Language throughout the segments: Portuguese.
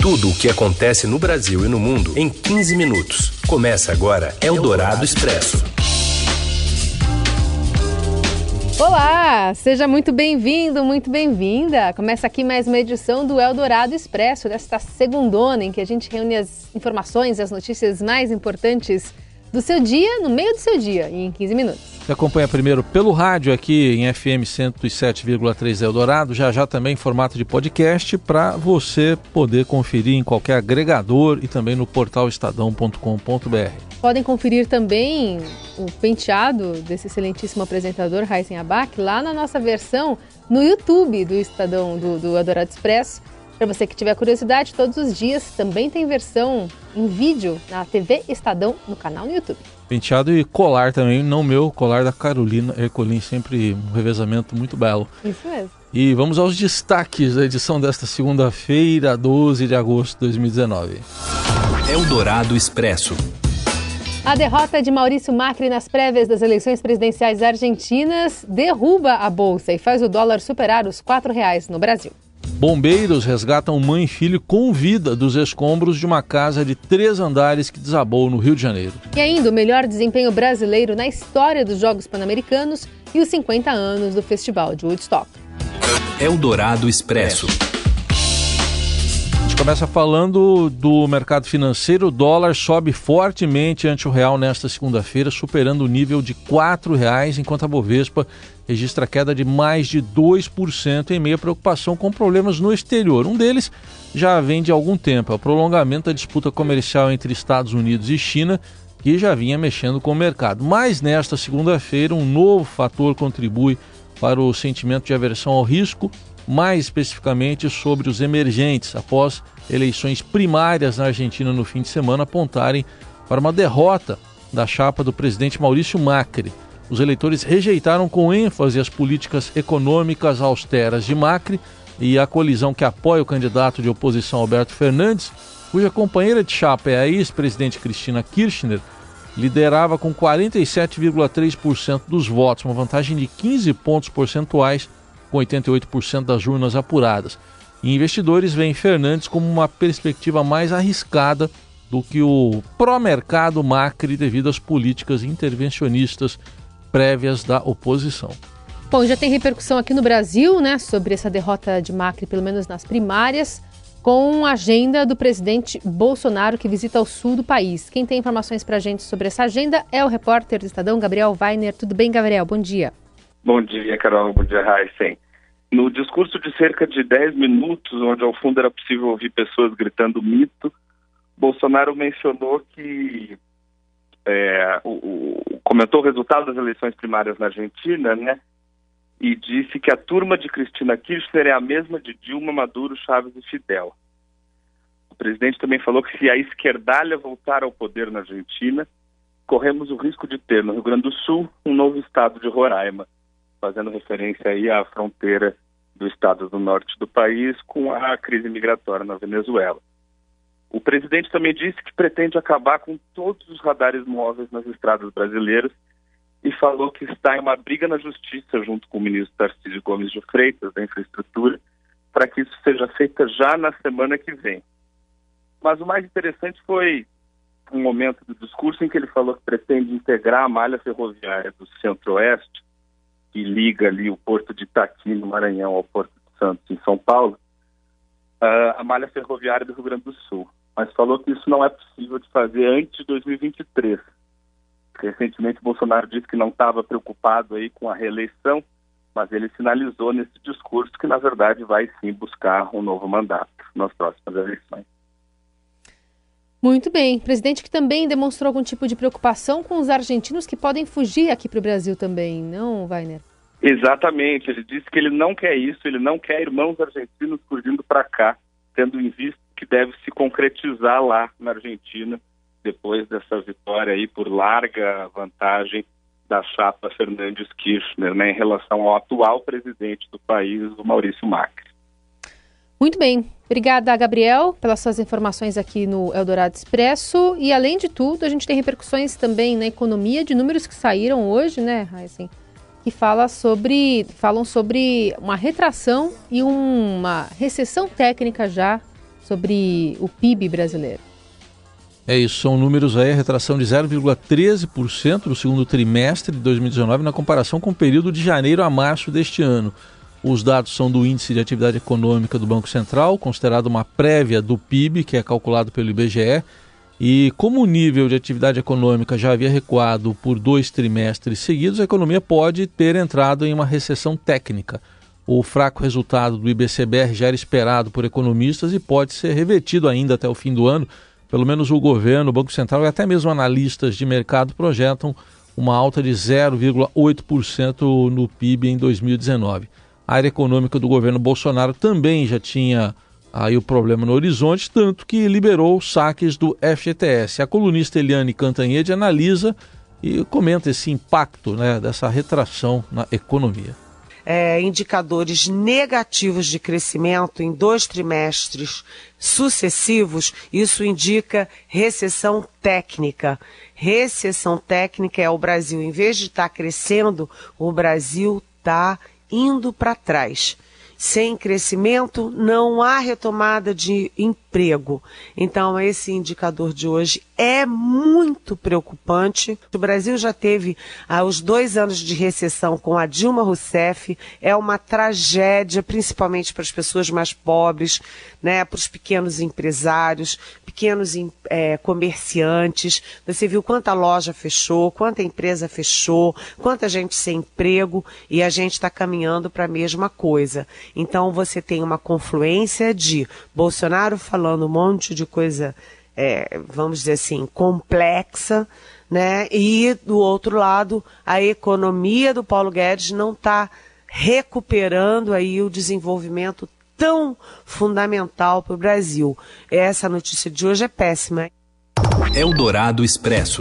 Tudo o que acontece no Brasil e no mundo em 15 minutos. Começa agora Eldorado Expresso. Olá, seja muito bem-vindo, muito bem-vinda. Começa aqui mais uma edição do Eldorado Expresso, desta segundona em que a gente reúne as informações e as notícias mais importantes do seu dia, no meio do seu dia, em 15 minutos. Você acompanha primeiro pelo rádio aqui em FM 107,3 Eldorado, já também em formato de podcast para você poder conferir em qualquer agregador e também no portal estadão.com.br. Podem conferir também o penteado desse excelentíssimo apresentador, Raíssen Abac, lá na nossa versão no YouTube do Estadão, do Eldorado Expresso. Para você que tiver curiosidade, todos os dias também tem versão em vídeo na TV Estadão, no canal no YouTube. Penteado e colar também, não meu, colar da Carolina Ercolim, sempre um revezamento muito belo. Isso mesmo. E vamos aos destaques da edição desta segunda-feira, 12 de agosto de 2019. Eldorado Expresso. A derrota de Maurício Macri nas prévias das eleições presidenciais argentinas derruba a bolsa e faz o dólar superar os R$4 no Brasil. Bombeiros resgatam mãe e filho com vida dos escombros de uma casa de 3 andares que desabou no Rio de Janeiro. E ainda o melhor desempenho brasileiro na história dos Jogos Pan-Americanos e os 50 anos do Festival de Woodstock. Eldorado Expresso. A gente começa falando do mercado financeiro. O dólar sobe fortemente ante o real nesta segunda-feira, superando o nível de R$4, enquanto a Bovespa registra queda de mais de 2% em meio à preocupação com problemas no exterior. Um deles já vem de algum tempo, é o prolongamento da disputa comercial entre Estados Unidos e China, que já vinha mexendo com o mercado. Mas nesta segunda-feira, um novo fator contribui para o sentimento de aversão ao risco, mais especificamente sobre os emergentes, após eleições primárias na Argentina no fim de semana apontarem para uma derrota da chapa do presidente Maurício Macri. Os eleitores rejeitaram com ênfase as políticas econômicas austeras de Macri e a colisão que apoia o candidato de oposição Alberto Fernandes, cuja companheira de chapa é a ex-presidente Cristina Kirchner, liderava com 47,3% dos votos, uma vantagem de 15 pontos percentuais, com 88% das urnas apuradas. E investidores veem Fernandes como uma perspectiva mais arriscada do que o pró-mercado Macri devido às políticas intervencionistas prévias da oposição. Bom, já tem repercussão aqui no Brasil, né, sobre essa derrota de Macri, pelo menos nas primárias, com a agenda do presidente Bolsonaro, que visita o sul do país. Quem tem informações para a gente sobre essa agenda é o repórter do Estadão, Gabriel Weiner. Tudo bem, Gabriel? Bom dia. Bom dia, Carol. Bom dia, Raíssen. No discurso de cerca de 10 minutos, onde ao fundo era possível ouvir pessoas gritando mito, Bolsonaro mencionou que comentou o resultado das eleições primárias na Argentina, né? E disse que a turma de Cristina Kirchner é a mesma de Dilma, Maduro, Chávez e Fidel. O presidente também falou que se a esquerdalha voltar ao poder na Argentina, corremos o risco de ter no Rio Grande do Sul um novo estado de Roraima, fazendo referência aí à fronteira do estado do norte do país com a crise migratória na Venezuela. O presidente também disse que pretende acabar com todos os radares móveis nas estradas brasileiras e falou que está em uma briga na justiça junto com o ministro Tarcísio Gomes de Freitas, da Infraestrutura, para que isso seja feito já na semana que vem. Mas o mais interessante foi um momento do discurso em que ele falou que pretende integrar a malha ferroviária do Centro-Oeste, que liga ali o porto de Itaqui, no Maranhão, ao Porto de Santos, em São Paulo, a malha ferroviária do Rio Grande do Sul. Mas falou que isso não é possível de fazer antes de 2023. Recentemente, Bolsonaro disse que não estava preocupado aí com a reeleição, mas ele sinalizou nesse discurso que, na verdade, vai sim buscar um novo mandato nas próximas eleições. Muito bem. Presidente que também demonstrou algum tipo de preocupação com os argentinos que podem fugir aqui para o Brasil também, não, Weiner? Exatamente. Ele disse que ele não quer isso, ele não quer irmãos argentinos fugindo para cá, tendo em vista que deve se concretizar lá na Argentina, depois dessa vitória aí por larga vantagem da chapa Fernandes Kirchner, né, em relação ao atual presidente do país, o Maurício Macri. Muito bem. Obrigada, Gabriel, pelas suas informações aqui no Eldorado Expresso. E, além de tudo, a gente tem repercussões também na economia de números que saíram hoje, né, Raíssen, que falam sobre uma retração e uma recessão técnica já sobre o PIB brasileiro. É isso, são números aí, a retração de 0,13% no segundo trimestre de 2019 na comparação com o período de janeiro a março deste ano. Os dados são do Índice de Atividade Econômica do Banco Central, considerado uma prévia do PIB, que é calculado pelo IBGE, e como o nível de atividade econômica já havia recuado por 2 trimestres seguidos, a economia pode ter entrado em uma recessão técnica. O fraco resultado do IBCBR já era esperado por economistas e pode ser revertido ainda até o fim do ano. Pelo menos o governo, o Banco Central e até mesmo analistas de mercado projetam uma alta de 0,8% no PIB em 2019. A área econômica do governo Bolsonaro também já tinha aí o problema no horizonte, tanto que liberou saques do FGTS. A colunista Eliane Cantanhede analisa e comenta esse impacto, né, dessa retração na economia. Indicadores negativos de crescimento em 2 trimestres sucessivos, isso indica recessão técnica. Recessão técnica é o Brasil, em vez de estar crescendo, o Brasil está indo para trás. Sem crescimento, não há retomada de emprego. Então, esse indicador de hoje é muito preocupante. O Brasil já teve os 2 anos de recessão com a Dilma Rousseff. É uma tragédia, principalmente para as pessoas mais pobres, né, para os pequenos empresários, pequenos comerciantes. Você viu quanta loja fechou, quanta empresa fechou, quanta gente sem emprego, e a gente está caminhando para a mesma coisa. Então você tem uma confluência de Bolsonaro falando um monte de coisa, vamos dizer assim, complexa, né? E do outro lado, a economia do Paulo Guedes não está recuperando aí o desenvolvimento tão fundamental para o Brasil. Essa notícia de hoje é péssima. Eldorado Expresso.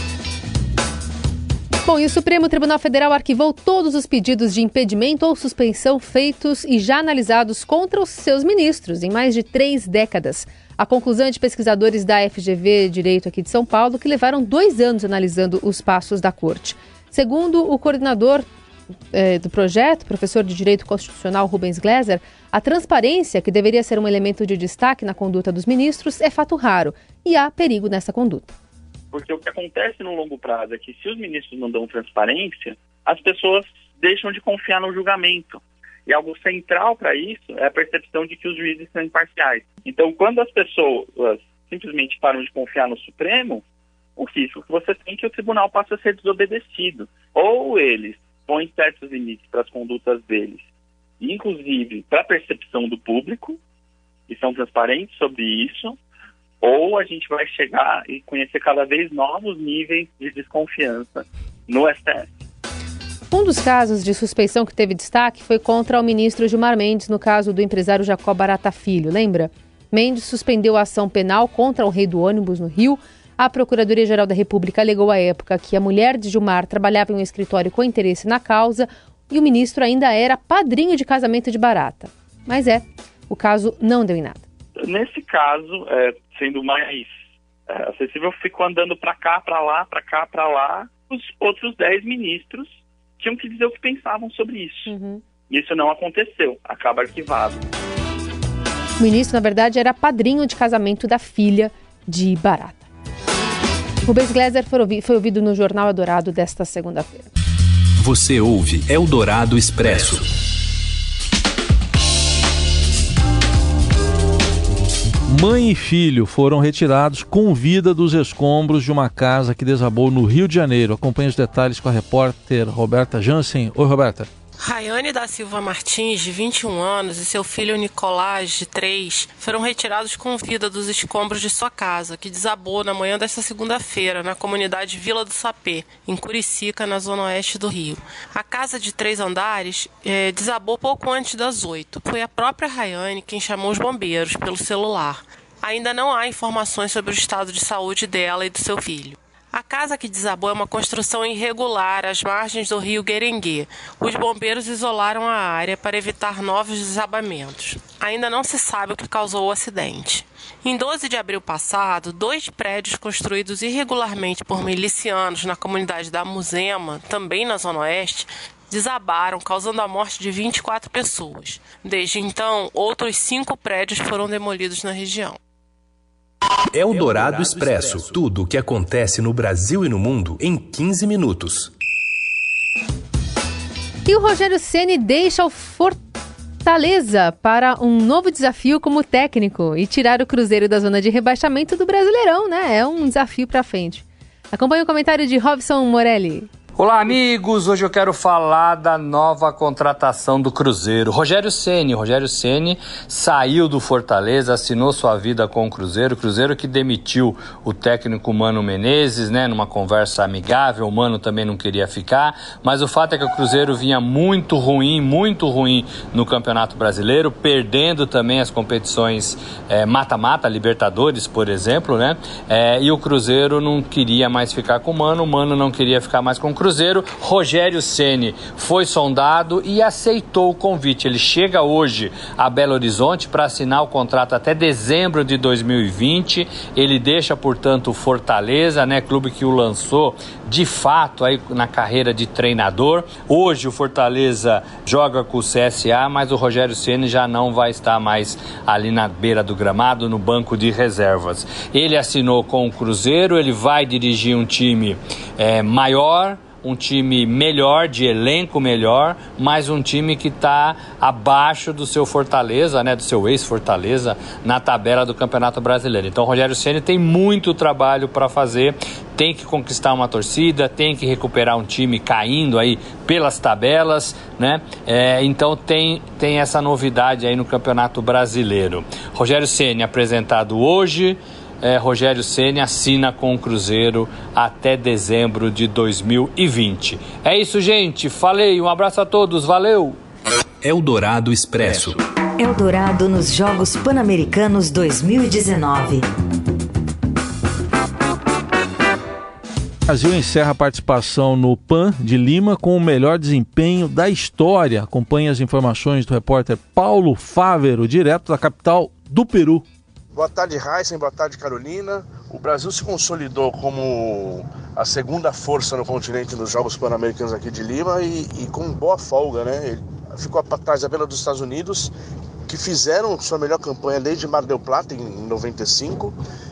Bom, e o Supremo Tribunal Federal arquivou todos os pedidos de impedimento ou suspensão feitos e já analisados contra os seus ministros em mais de 3 décadas. A conclusão é de pesquisadores da FGV Direito aqui de São Paulo, que levaram 2 anos analisando os passos da Corte. Segundo o coordenador do projeto, professor de Direito Constitucional Rubens Gleiser, a transparência, que deveria ser um elemento de destaque na conduta dos ministros, é fato raro e há perigo nessa conduta. Porque o que acontece no longo prazo é que se os ministros não dão transparência, as pessoas deixam de confiar no julgamento. E algo central para isso é a percepção de que os juízes são imparciais. Então, quando as pessoas simplesmente param de confiar no Supremo, o risco que você tem é que o tribunal passe a ser desobedecido. Ou eles põem certos limites para as condutas deles, inclusive para a percepção do público, e são transparentes sobre isso, ou a gente vai chegar e conhecer cada vez novos níveis de desconfiança no STF. Um dos casos de suspeição que teve destaque foi contra o ministro Gilmar Mendes, no caso do empresário Jacó Barata Filho, lembra? Mendes suspendeu a ação penal contra o rei do ônibus no Rio. A Procuradoria-Geral da República alegou à época que a mulher de Gilmar trabalhava em um escritório com interesse na causa e o ministro ainda era padrinho de casamento de Barata. Mas o caso não deu em nada. Nesse caso, sendo mais acessível, ficou andando para cá, para lá, para cá, para lá. Os outros 10 ministros tinham que dizer o que pensavam sobre isso. Isso não aconteceu, acaba arquivado. O ministro, na verdade, era padrinho de casamento da filha de Barata. Rubens Gleiser foi ouvido no Jornal Eldorado desta segunda-feira. Você ouve Eldorado Expresso. Mãe e filho foram retirados com vida dos escombros de uma casa que desabou no Rio de Janeiro. Acompanhe os detalhes com a repórter Roberta Jansen. Oi, Roberta. Rayane da Silva Martins, de 21 anos, e seu filho Nicolás, de 3, foram retirados com vida dos escombros de sua casa, que desabou na manhã desta segunda-feira, na comunidade Vila do Sapê, em Curicica, na zona oeste do Rio. A casa de 3 andares desabou pouco antes das 8. Foi a própria Rayane quem chamou os bombeiros pelo celular. Ainda não há informações sobre o estado de saúde dela e do seu filho. A casa que desabou é uma construção irregular às margens do rio Guerengue. Os bombeiros isolaram a área para evitar novos desabamentos. Ainda não se sabe o que causou o acidente. Em 12 de abril passado, 2 prédios construídos irregularmente por milicianos na comunidade da Muzema, também na Zona Oeste, desabaram, causando a morte de 24 pessoas. Desde então, outros 5 prédios foram demolidos na região. Eldorado Expresso. Tudo o que acontece no Brasil e no mundo em 15 minutos. E o Rogério Ceni deixa o Fortaleza para um novo desafio como técnico e tirar o Cruzeiro da zona de rebaixamento do Brasileirão, né? É um desafio para frente. Acompanhe o comentário de Robson Morelli. Olá, amigos! Hoje eu quero falar da nova contratação do Cruzeiro. Rogério Ceni saiu do Fortaleza, assinou sua vida com o Cruzeiro. Cruzeiro que demitiu o técnico Mano Menezes, né, numa conversa amigável. O Mano também não queria ficar, mas o fato é que o Cruzeiro vinha muito ruim no Campeonato Brasileiro, perdendo também as competições mata-mata, Libertadores, por exemplo, né? E o Cruzeiro não queria mais ficar com o Mano não queria ficar mais com o Cruzeiro. Rogério Ceni foi sondado e aceitou o convite. Ele chega hoje a Belo Horizonte para assinar o contrato até dezembro de 2020. Ele deixa, portanto, o Fortaleza, né, clube que o lançou de fato aí na carreira de treinador. Hoje o Fortaleza joga com o CSA, mas o Rogério Ceni já não vai estar mais ali na beira do gramado, no banco de reservas. Ele assinou com o Cruzeiro, ele vai dirigir um time maior, um time melhor, de elenco melhor, mas um time que está abaixo do seu Fortaleza, né, do seu ex-Fortaleza, na tabela do Campeonato Brasileiro. Então o Rogério Ceni tem muito trabalho para fazer, tem que conquistar uma torcida, tem que recuperar um time caindo aí pelas tabelas, né? Então tem essa novidade aí no Campeonato Brasileiro. Rogério Ceni apresentado hoje. Rogério Ceni assina com o Cruzeiro até dezembro de 2020. É isso, gente. Falei. Um abraço a todos. Valeu. Eldorado Expresso. Eldorado nos Jogos Pan-Americanos 2019. O Brasil encerra a participação no PAN de Lima com o melhor desempenho da história. Acompanhe as informações do repórter Paulo Fávero, direto da capital do Peru. Boa tarde, Heisen. Boa tarde, Carolina. O Brasil se consolidou como a segunda força no continente nos Jogos Pan-Americanos aqui de Lima e com boa folga, né? Ele ficou atrás apenas dos Estados Unidos, que fizeram sua melhor campanha desde Mar del Plata, em 95.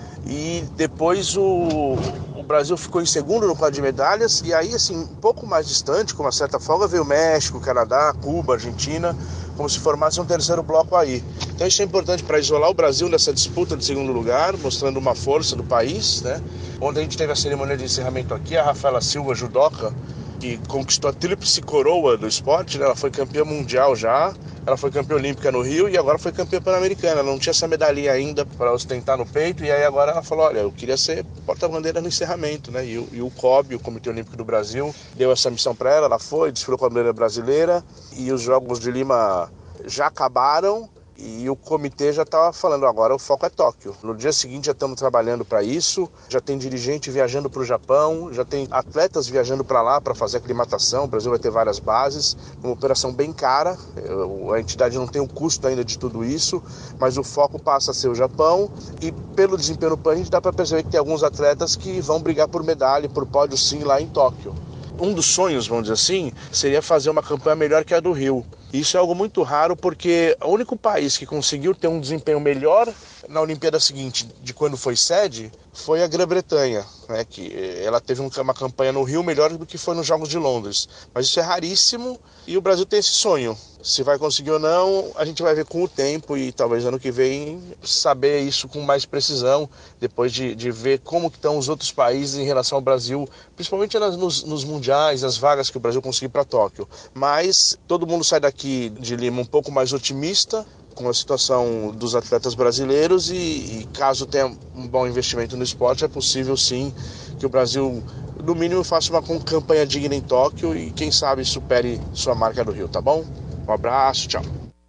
E depois o Brasil ficou em segundo no quadro de medalhas. E aí, assim, um pouco mais distante, com uma certa folga, veio o México, Canadá, Cuba, Argentina, como se formasse um terceiro bloco aí. Então isso é importante para isolar o Brasil nessa disputa de segundo lugar, mostrando uma força do país, né? Ontem a gente teve a cerimônia de encerramento aqui, a Rafaela Silva, judoca, que conquistou a tríplice coroa do esporte, né? Ela foi campeã mundial já, ela foi campeã olímpica no Rio e agora foi campeã pan-americana. Ela não tinha essa medalhinha ainda para ostentar no peito, e aí agora ela falou, olha, eu queria ser porta-bandeira no encerramento, né? E o COB, o Comitê Olímpico do Brasil, deu essa missão para ela foi, desfilou com a bandeira brasileira, e os Jogos de Lima já acabaram. E o comitê já estava falando, agora o foco é Tóquio. No dia seguinte já estamos trabalhando para isso, já tem dirigente viajando para o Japão, já tem atletas viajando para lá para fazer aclimatação. O Brasil vai ter várias bases, uma operação bem cara, a entidade não tem o custo ainda de tudo isso, mas o foco passa a ser o Japão. E pelo desempenho no PAN a gente dá para perceber que tem alguns atletas que vão brigar por medalha, por pódio sim lá em Tóquio. Um dos sonhos, vamos dizer assim, seria fazer uma campanha melhor que a do Rio. Isso é algo muito raro porque o único país que conseguiu ter um desempenho melhor na Olimpíada seguinte de quando foi sede foi a Grã-Bretanha, né, que ela teve uma campanha no Rio melhor do que foi nos Jogos de Londres. Mas isso é raríssimo e o Brasil tem esse sonho. Se vai conseguir ou não, a gente vai ver com o tempo e talvez ano que vem saber isso com mais precisão, depois de ver como que estão os outros países em relação ao Brasil, principalmente nos mundiais, as vagas que o Brasil conseguir para Tóquio. Mas todo mundo sai daqui de Lima um pouco mais otimista com a situação dos atletas brasileiros e caso tenha um bom investimento no esporte, é possível sim que o Brasil, no mínimo, faça uma campanha digna em Tóquio e quem sabe supere sua marca do Rio, tá bom? Um abraço, tchau.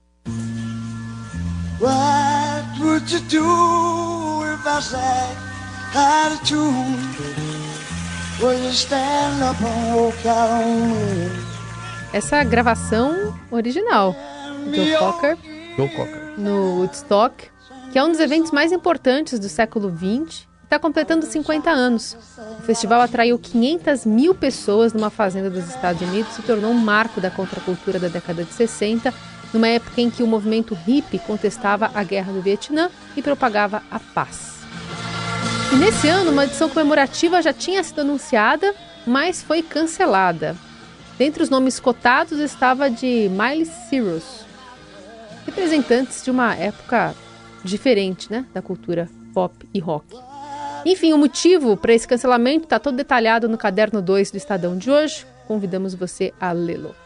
What would you do if I sang out of tune? Would you stand up and walk out on me? Essa gravação original do Joe Cocker no Woodstock, que é um dos eventos mais importantes do século XX, Está completando 50 anos. O festival atraiu 500 mil pessoas numa fazenda dos Estados Unidos e se tornou um marco da contracultura da década de 60, numa época em que o movimento hippie contestava a guerra do Vietnã e propagava a paz. E nesse ano, uma edição comemorativa já tinha sido anunciada, mas foi cancelada. Dentre os nomes cotados estava de Miley Cyrus, representantes de uma época diferente, né, da cultura pop e rock. Enfim, o motivo para esse cancelamento está todo detalhado no caderno 2 do Estadão de hoje. Convidamos você a lê-lo.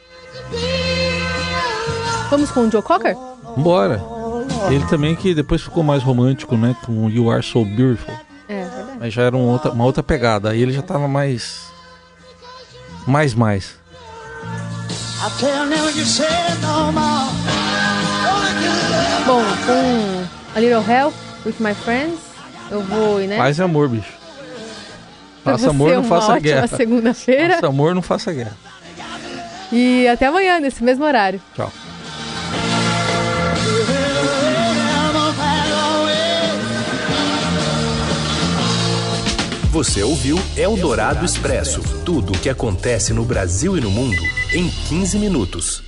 Vamos com o Joe Cocker? Bora. Ele também que depois ficou mais romântico, né, com You Are So Beautiful. É verdade. Mas já era uma outra pegada. Aí ele já tava mais. Bom, com A Little Help with My Friends, eu vou, né? Paz e amor, bicho. Faça amor, não faça guerra. Segunda-feira. Faça amor, não faça guerra. E até amanhã, nesse mesmo horário. Tchau. Você ouviu Eldorado Expresso. Tudo o que acontece no Brasil e no mundo em 15 minutos.